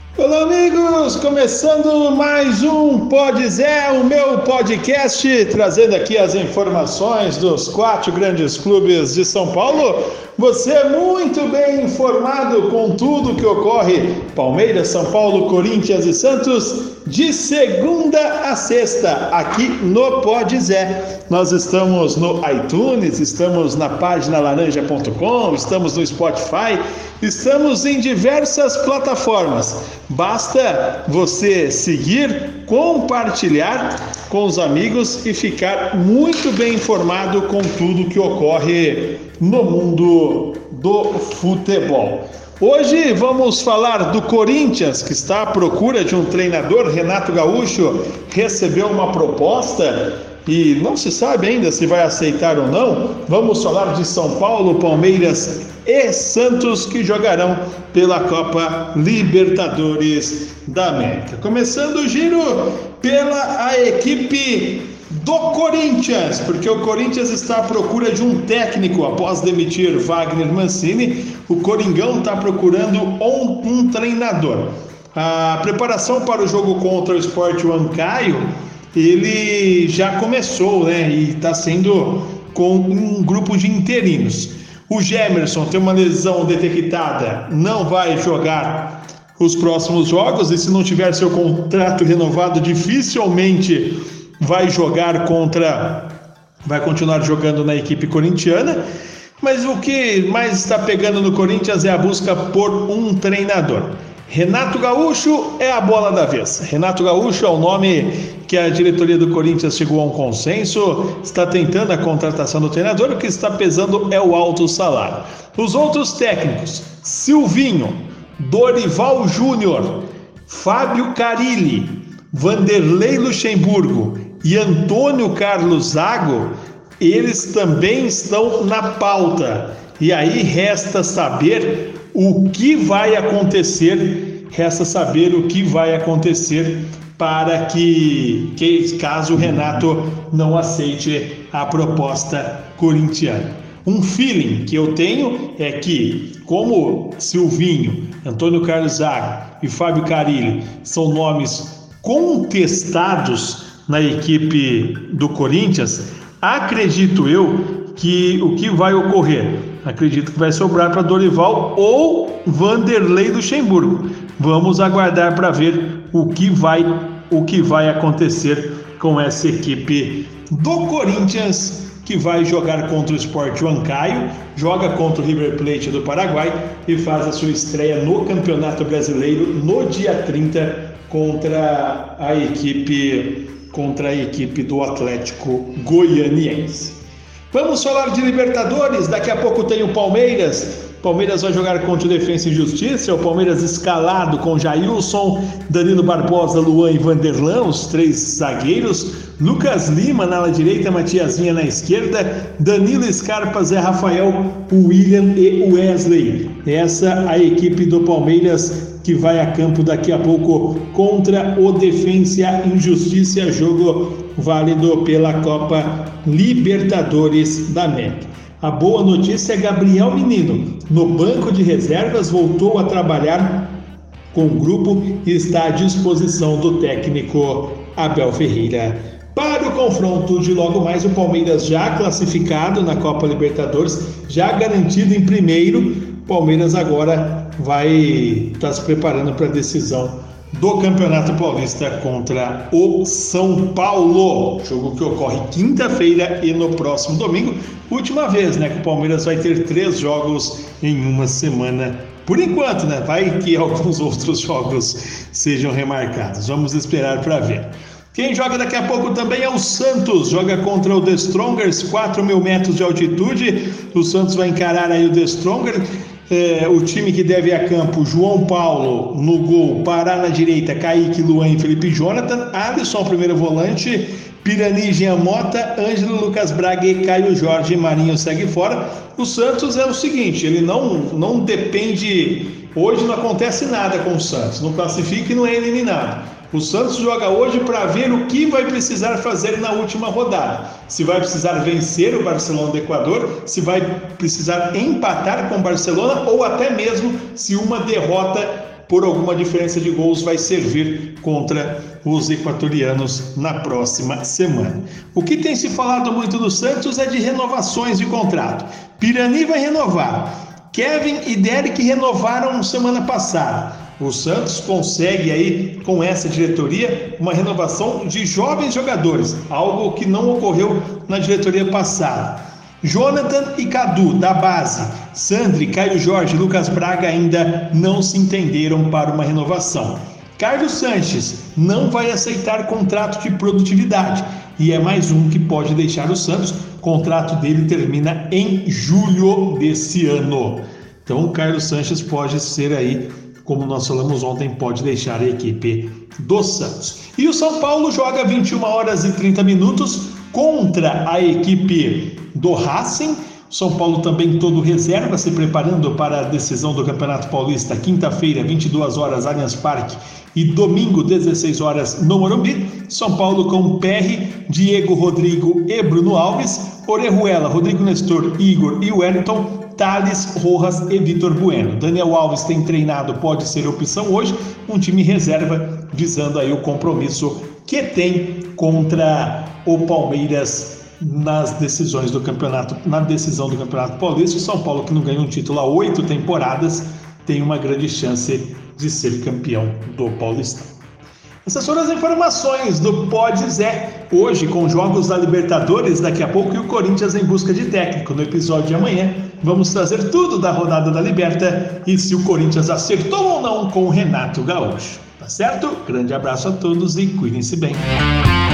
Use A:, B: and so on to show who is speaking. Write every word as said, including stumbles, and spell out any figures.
A: Olá, amigos! Começando mais um Pode Zé, o meu podcast, trazendo aqui as informações dos quatro grandes clubes de São Paulo. Você é muito bem informado com tudo que ocorre. Palmeiras, São Paulo, Corinthians e Santos, de segunda a sexta, aqui no Pode Zé. Nós estamos no iTunes, estamos na página laranja ponto com, estamos no Spotify, estamos em diversas plataformas. Basta você seguir, compartilhar com os amigos e ficar muito bem informado com tudo que ocorre no mundo do futebol. Hoje vamos falar do Corinthians, que está à procura de um treinador. Renato Gaúcho recebeu uma proposta e não se sabe ainda se vai aceitar ou não. Vamos falar de São Paulo, Palmeiras e Santos, que jogarão pela Copa Libertadores da América. Começando o giro pela a equipe do Corinthians, porque o Corinthians está à procura de um técnico após demitir Wagner Mancini. O Coringão está procurando um, um treinador. A preparação para o jogo contra o Sport Huancayo, ele já começou, né? E está sendo com um grupo de interinos. O Gemerson tem uma lesão detectada, não vai jogar os próximos jogos, e se não tiver seu contrato renovado, dificilmente vai jogar contra, vai continuar jogando na equipe corintiana. Mas o que mais está pegando no Corinthians é a busca por um treinador. Renato Gaúcho é a bola da vez. Renato Gaúcho é o nome que a diretoria do Corinthians chegou a um consenso, está tentando a contratação do treinador. O que está pesando é o alto salário. Os outros técnicos: Silvinho, Dorival Júnior, Fábio Carille, Vanderlei Luxemburgo e Antônio Carlos Zago, eles também estão na pauta. E aí resta saber o que vai acontecer, resta saber o que vai acontecer para que, que caso o Renato não aceite a proposta corintiana. Um feeling que eu tenho é que, como Silvinho, Antônio Carlos Zago e Fábio Carille são nomes contestados na equipe do Corinthians, acredito eu que o que vai ocorrer? Acredito que vai sobrar para Dorival ou Vanderlei Luxemburgo. Vamos aguardar para ver o que vai, o que vai acontecer com essa equipe do Corinthians, que vai jogar contra o Sport Huancayo, joga contra o River Plate do Paraguai e faz a sua estreia no Campeonato Brasileiro no dia trinta contra a equipe, contra a equipe do Atlético Goianiense. Vamos falar de Libertadores. Daqui a pouco tem o Palmeiras. Palmeiras vai jogar contra o Defensa e Justiça. O Palmeiras escalado com Jailson, Danilo Barbosa, Luan e Vanderlan, os três zagueiros. Lucas Lima na ala direita, Matiazinha na esquerda, Danilo, Scarpa, Zé Rafael, William e Wesley. Essa a equipe do Palmeiras que vai a campo daqui a pouco contra o Defensa e Justiça, jogo válido pela Copa Libertadores da América. A boa notícia é Gabriel Menino, no banco de reservas, voltou a trabalhar com o grupo e está à disposição do técnico Abel Ferreira. Para o confronto de logo mais, o Palmeiras já classificado na Copa Libertadores, já garantido em primeiro. Palmeiras agora vai estar se preparando para a decisão do Campeonato Paulista contra o São Paulo, jogo que ocorre quinta-feira e no próximo domingo. Última vez, né, que o Palmeiras vai ter três jogos em uma semana, por enquanto, né? Vai que alguns outros jogos sejam remarcados, vamos esperar para ver. Quem joga daqui a pouco também é o Santos, joga contra o The Strongers, quatro mil metros de altitude. O Santos vai encarar aí o The Strongers. É, o time que deve ir a campo: João Paulo no gol, Pará na direita, Kaique, Luan e Felipe Jonathan, Alisson primeiro volante, Pirani, Jean Mota, Ângelo, Lucas Braga e Caio Jorge. Marinho segue fora. O Santos é o seguinte, ele não, não depende, hoje não acontece nada com o Santos, não classifica e não é eliminado. O Santos joga hoje para ver o que vai precisar fazer na última rodada. Se vai precisar vencer o Barcelona do Equador, se vai precisar empatar com o Barcelona, ou até mesmo se uma derrota por alguma diferença de gols, vai servir contra os equatorianos na próxima semana. O que tem se falado muito do Santos é de renovações de contrato. Pirani vai renovar. Kevin e Derek renovaram semana passada. O Santos consegue aí, com essa diretoria, uma renovação de jovens jogadores, algo que não ocorreu na diretoria passada. Jonathan e Cadu, da base. Sandri, Caio Jorge e Lucas Braga ainda não se entenderam para uma renovação. Carlos Sanches não vai aceitar contrato de produtividade e é mais um que pode deixar o Santos. O contrato dele termina em julho desse ano. Então o Carlos Sanches pode ser aí, como nós falamos ontem, pode deixar a equipe do Santos. E o São Paulo joga vinte e uma horas e trinta minutos contra a equipe do Racing. São Paulo também todo reserva, se preparando para a decisão do Campeonato Paulista, quinta-feira, vinte e duas horas, Allianz Parque, e domingo, dezesseis horas, no Morumbi. São Paulo com Perry, Diego, Rodrigo e Bruno Alves, Orejuela, Rodrigo Nestor, Igor e Wellington, Thales, Rojas e Vitor Bueno. Daniel Alves tem treinado, pode ser opção hoje, um time reserva visando aí o compromisso que tem contra o Palmeiras nas decisões do campeonato, na decisão do Campeonato Paulista. O São Paulo, que não ganhou um título há oito temporadas, tem uma grande chance de ser campeão do Paulistão. Essas foram as informações do Pode Zé, hoje com jogos da Libertadores daqui a pouco e o Corinthians em busca de técnico. No episódio de amanhã vamos trazer tudo da rodada da Liberta e se o Corinthians acertou ou não com o Renato Gaúcho. Tá certo? Grande abraço a todos e cuidem-se bem.